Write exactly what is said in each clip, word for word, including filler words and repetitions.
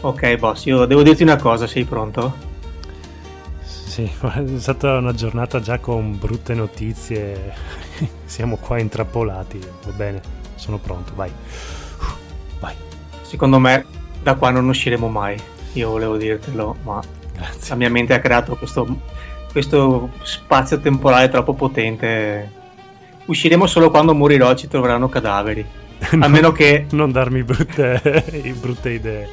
Ok boss, io devo dirti una cosa, sei pronto? Sì, è stata una giornata già con brutte notizie, siamo qua intrappolati, va bene, sono pronto, vai, vai. Secondo me da qua non usciremo mai, io volevo dirtelo, ma Grazie. La mia mente ha creato questo, questo spazio temporale troppo potente. Usciremo solo quando morirò e ci troveranno cadaveri, a meno che non darmi brutte, brutte idee.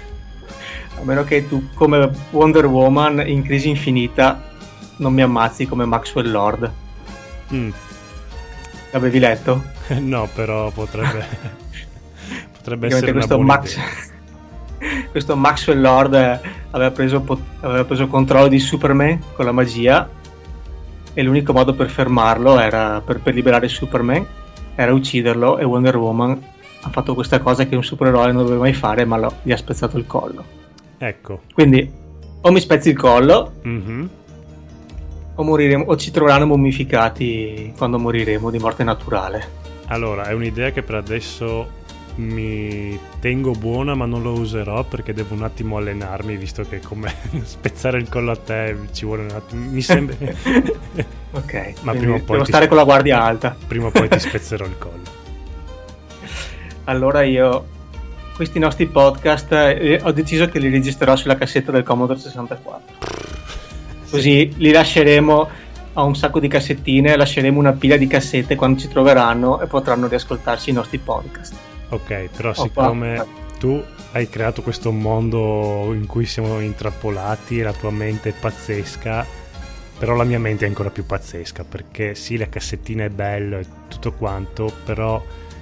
A meno che tu, come Wonder Woman in Crisi Infinita, non mi ammazzi come Maxwell Lord. Mm. L'avevi letto? No, però potrebbe potrebbe essere una questo buona Max... idea. questo Maxwell Lord aveva preso, aveva preso controllo di Superman con la magia, e l'unico modo per fermarlo era per, per liberare Superman era ucciderlo, e Wonder Woman ha fatto questa cosa che un supereroe non doveva mai fare, ma lo, gli ha spezzato il collo. Ecco. Quindi o mi spezzi il collo, mm-hmm. o moriremo, o ci troveranno mummificati quando moriremo di morte naturale. Allora, è un'idea che per adesso mi tengo buona, ma non lo userò perché devo un attimo allenarmi, visto che come spezzare il collo a te ci vuole un attimo, mi sembra. Ok, ma prima o poi devo stare spe... con la guardia alta. Prima o poi ti spezzerò il collo. Allora io questi nostri podcast eh, ho deciso che li registrerò sulla cassetta del Commodore sessantaquattro, così li lasceremo a un sacco di cassettine, lasceremo una pila di cassette quando ci troveranno e potranno riascoltarci i nostri podcast. Ok, però oh, siccome qua. tu hai creato questo mondo in cui siamo intrappolati e la tua mente è pazzesca, però la mia mente è ancora più pazzesca, perché sì, la cassettina è bella e tutto quanto, però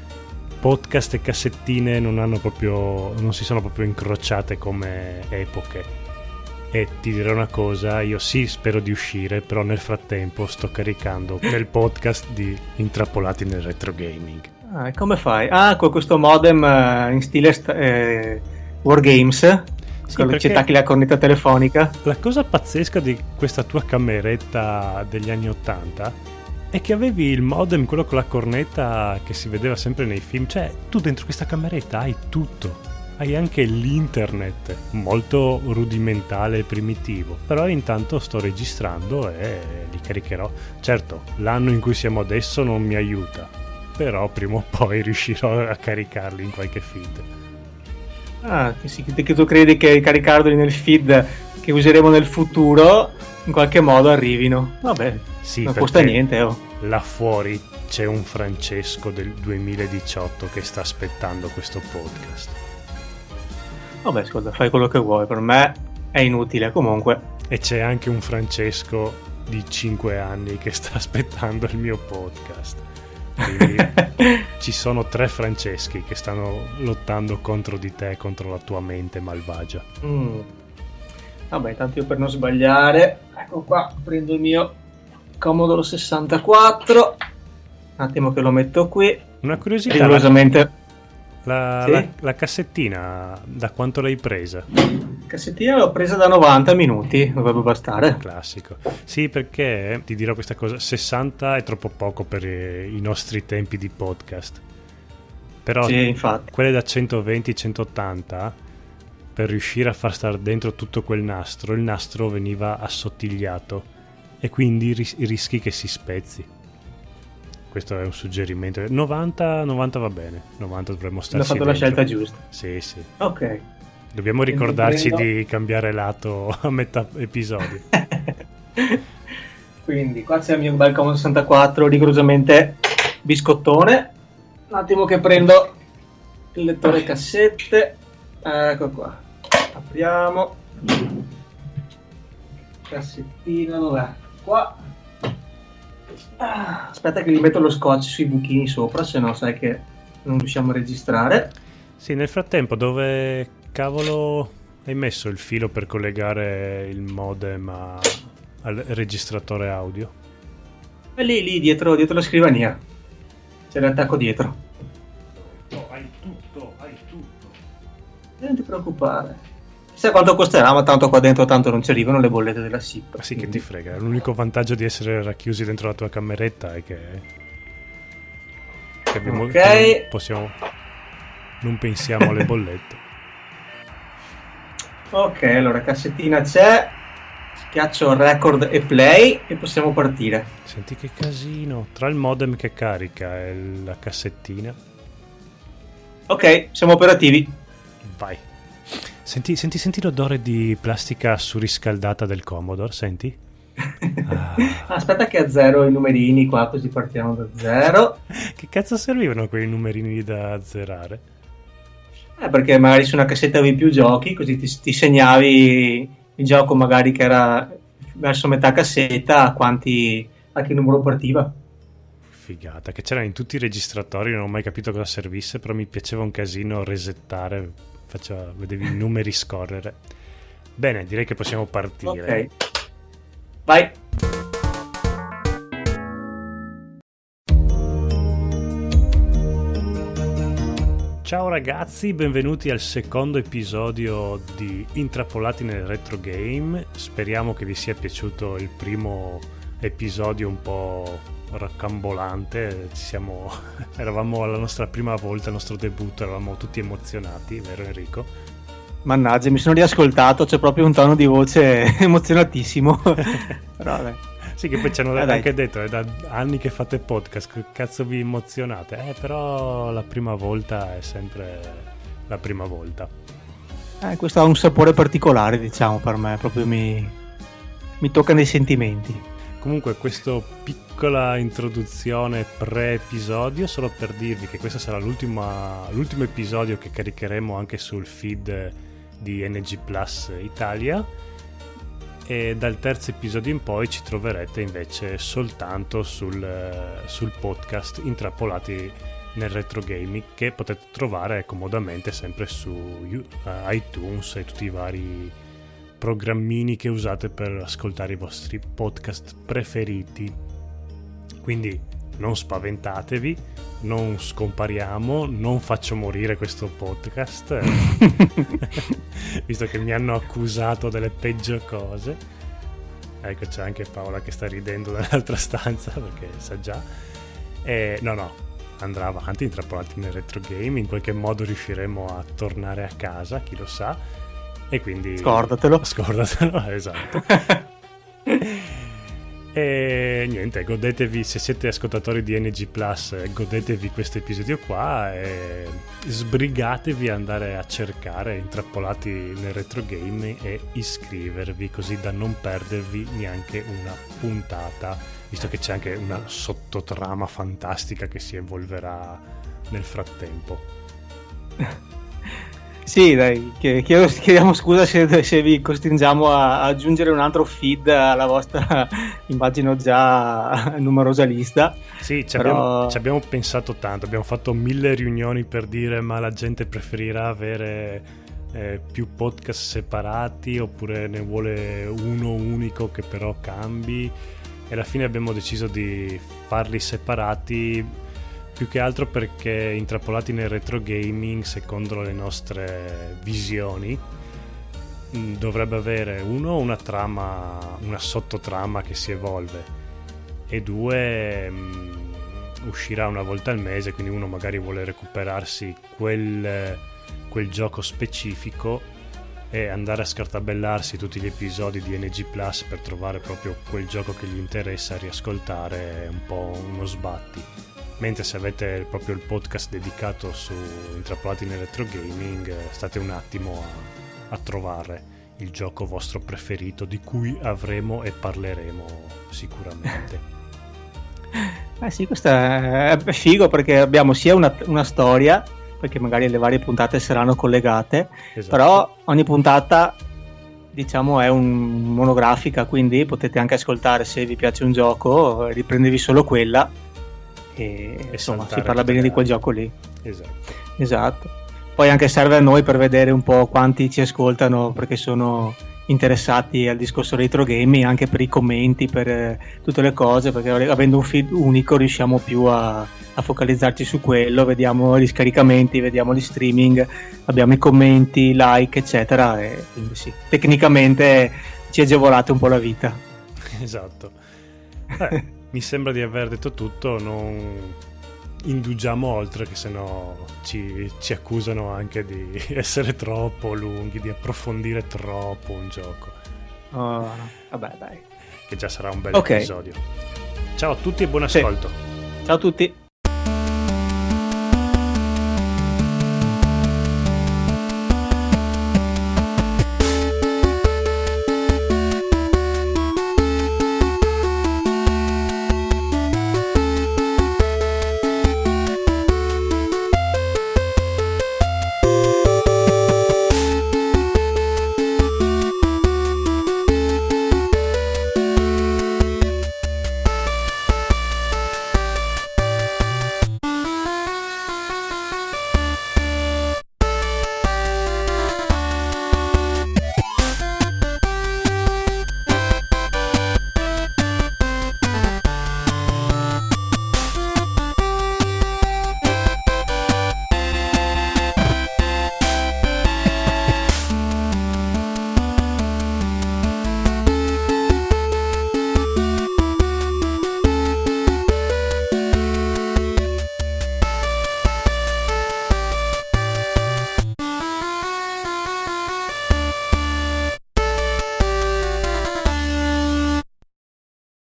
podcast e cassettine non hanno proprio, non si sono proprio incrociate come epoche. E ti dirò una cosa, io sì spero di uscire, però nel frattempo sto caricando nel podcast di Intrappolati nel Retro Gaming. Ah, e come fai? Ah, con questo modem uh, in stile st- eh, Wargames, sì, con ci attacchi la cornetta telefonica. La cosa pazzesca di questa tua cameretta degli anni ottanta è che avevi il modem, quello con la cornetta che si vedeva sempre nei film. Cioè, tu dentro questa cameretta hai tutto. Hai anche l'internet, molto rudimentale e primitivo. Però intanto sto registrando e li caricherò. Certo, l'anno in cui siamo adesso non mi aiuta, però prima o poi riuscirò a caricarli in qualche feed. Ah, che, sì, che tu credi che caricarli nel feed che useremo nel futuro in qualche modo arrivino? Vabbè, sì, non costa niente. Oh. Là fuori c'è un Francesco del duemiladiciotto che sta aspettando questo podcast. Vabbè, ascolta, fai quello che vuoi, per me è inutile comunque. E c'è anche un Francesco di cinque anni che sta aspettando il mio podcast. Quindi ci sono tre Franceschi che stanno lottando contro di te, contro la tua mente malvagia. Mm. Vabbè, tanto io per non sbagliare, ecco qua, prendo il mio Commodore sessantaquattro, un attimo che lo metto qui. Una curiosità, rigorosamente... la, sì? la, la cassettina da quanto l'hai presa? La cassettina l'ho presa da novanta minuti, dovrebbe bastare. Classico. Sì, perché ti dirò questa cosa, sessanta è troppo poco per i nostri tempi di podcast. Però sì, infatti. Quelle da centoventi centottanta, per riuscire a far stare dentro tutto quel nastro, il nastro veniva assottigliato e quindi ris- rischi che si spezzi. Questo è un suggerimento. novanta, novanta va bene, novanta dovremmo starci dentro. Ho fatto la scelta giusta. Sì, sì. Ok. Dobbiamo ricordarci prendo... di cambiare lato a metà episodio. Quindi qua c'è il mio bel Commodore sessantaquattro rigorosamente biscottone. Un attimo che prendo il lettore cassette. Ecco qua. Apriamo. Cassettina, dov'è? Qua. Ah, aspetta che gli metto lo scotch sui buchini sopra, se no sai che non riusciamo a registrare. Sì, nel frattempo dove cavolo hai messo il filo per collegare il modem a, al registratore audio? È lì, lì, dietro, dietro la scrivania. C'è l'attacco dietro. Oh, hai tutto, hai tutto. Non ti preoccupare. Sai quanto costerà, ma tanto qua dentro tanto non ci arrivano le bollette della S I P. Ma sì, che ti frega. L'unico vantaggio di essere racchiusi dentro la tua cameretta è che, che abbiamo, ok. che non possiamo, non pensiamo alle bollette. Ok, allora cassettina c'è, schiaccio record e play e possiamo partire. Senti che casino, tra il modem che carica e la cassettina. Ok, siamo operativi. Vai. Senti, senti, senti l'odore di plastica surriscaldata del Commodore, senti? Ah. Aspetta che azzero i numerini qua, così partiamo da zero. Che cazzo servivano quei numerini da azzerare? Eh, perché magari su una cassetta avevi più giochi, così ti, ti segnavi il gioco magari che era verso metà cassetta, a quanti, a che numero partiva. Figata, che c'erano in tutti i registratori, non ho mai capito cosa servisse, però mi piaceva un casino resettare, faceva, vedevi i numeri scorrere. Bene, direi che possiamo partire. Ok, vai. Ciao ragazzi, benvenuti al secondo episodio di Intrappolati nel Retro Game. Speriamo che vi sia piaciuto il primo episodio un po' raccambolante. Ci siamo... eravamo alla nostra prima volta, al nostro debutto, eravamo tutti emozionati, vero Enrico? Mannaggia, mi sono riascoltato, c'è proprio un tono di voce emozionatissimo. Però vabbè. Sì, che poi ci hanno eh, anche detto, è da anni che fate podcast, che cazzo vi emozionate? Eh, però la prima volta è sempre la prima volta. Eh, questo ha un sapore particolare, diciamo, per me, proprio mi, mi tocca nei sentimenti. Comunque, questa piccola introduzione pre-episodio, solo per dirvi che questo sarà l'ultima, l'ultimo episodio che caricheremo anche sul feed di N G Plus Italia. E dal terzo episodio in poi ci troverete invece soltanto sul, sul podcast Intrappolati nel Retro Gaming, che potete trovare comodamente sempre su iTunes e tutti i vari programmini che usate per ascoltare i vostri podcast preferiti. Quindi non spaventatevi, non scompariamo, non faccio morire questo podcast, visto che mi hanno accusato delle peggio cose. Ecco, c'è anche Paola che sta ridendo dall'altra stanza perché sa già. E, no, no, andrà avanti, intrappolati nel retro game, in qualche modo riusciremo a tornare a casa, chi lo sa. E quindi... Scordatelo. Scordatelo, esatto. E niente, godetevi, se siete ascoltatori di N G Plus, godetevi questo episodio qua e sbrigatevi a andare a cercare Intrappolati nel Retro Game e iscrivervi, così da non perdervi neanche una puntata, visto che c'è anche una sottotrama fantastica che si evolverà nel frattempo. Sì, dai, chiediamo scusa se, se vi costringiamo a aggiungere un altro feed alla vostra, immagino già numerosa lista. Sì, ci, però... abbiamo, ci abbiamo pensato tanto, abbiamo fatto mille riunioni per dire ma la gente preferirà avere eh, più podcast separati oppure ne vuole uno unico che però cambi, e alla fine abbiamo deciso di farli separati, più che altro perché Intrappolati nel retro gaming, secondo le nostre visioni, dovrebbe avere uno una trama, una sottotrama che si evolve, e due mh, uscirà una volta al mese, quindi uno magari vuole recuperarsi quel, quel gioco specifico e andare a scartabellarsi tutti gli episodi di N G Plus per trovare proprio quel gioco che gli interessa riascoltare, è un po' uno sbatti. Mentre se avete proprio il podcast dedicato su Intrappolati nel retro gaming, state un attimo a, a trovare il gioco vostro preferito, di cui avremo e parleremo sicuramente. Eh sì, questo è figo perché abbiamo sia una, una storia, perché magari le varie puntate saranno collegate, esatto. Però ogni puntata, diciamo, è un monografica, quindi potete anche ascoltare, se vi piace un gioco, riprendevi solo quella e, e insomma si parla bene di quel gioco lì. Esatto. Esatto. Poi anche serve a noi per vedere un po' quanti ci ascoltano, perché sono interessati al discorso retro gaming, anche per i commenti, per eh, tutte le cose, perché avendo un feed unico riusciamo più a, a focalizzarci su quello, vediamo gli scaricamenti, vediamo gli streaming, abbiamo i commenti, i like eccetera, e quindi sì, tecnicamente ci agevolate un po' la vita. Esatto. Eh, mi sembra di aver detto tutto, non, indugiamo oltre, che sennò ci, ci accusano anche di essere troppo lunghi, di approfondire troppo un gioco. Oh, vabbè, dai. Che già sarà un bel okay. episodio. Ciao a tutti e buon ascolto. Sì. Ciao a tutti.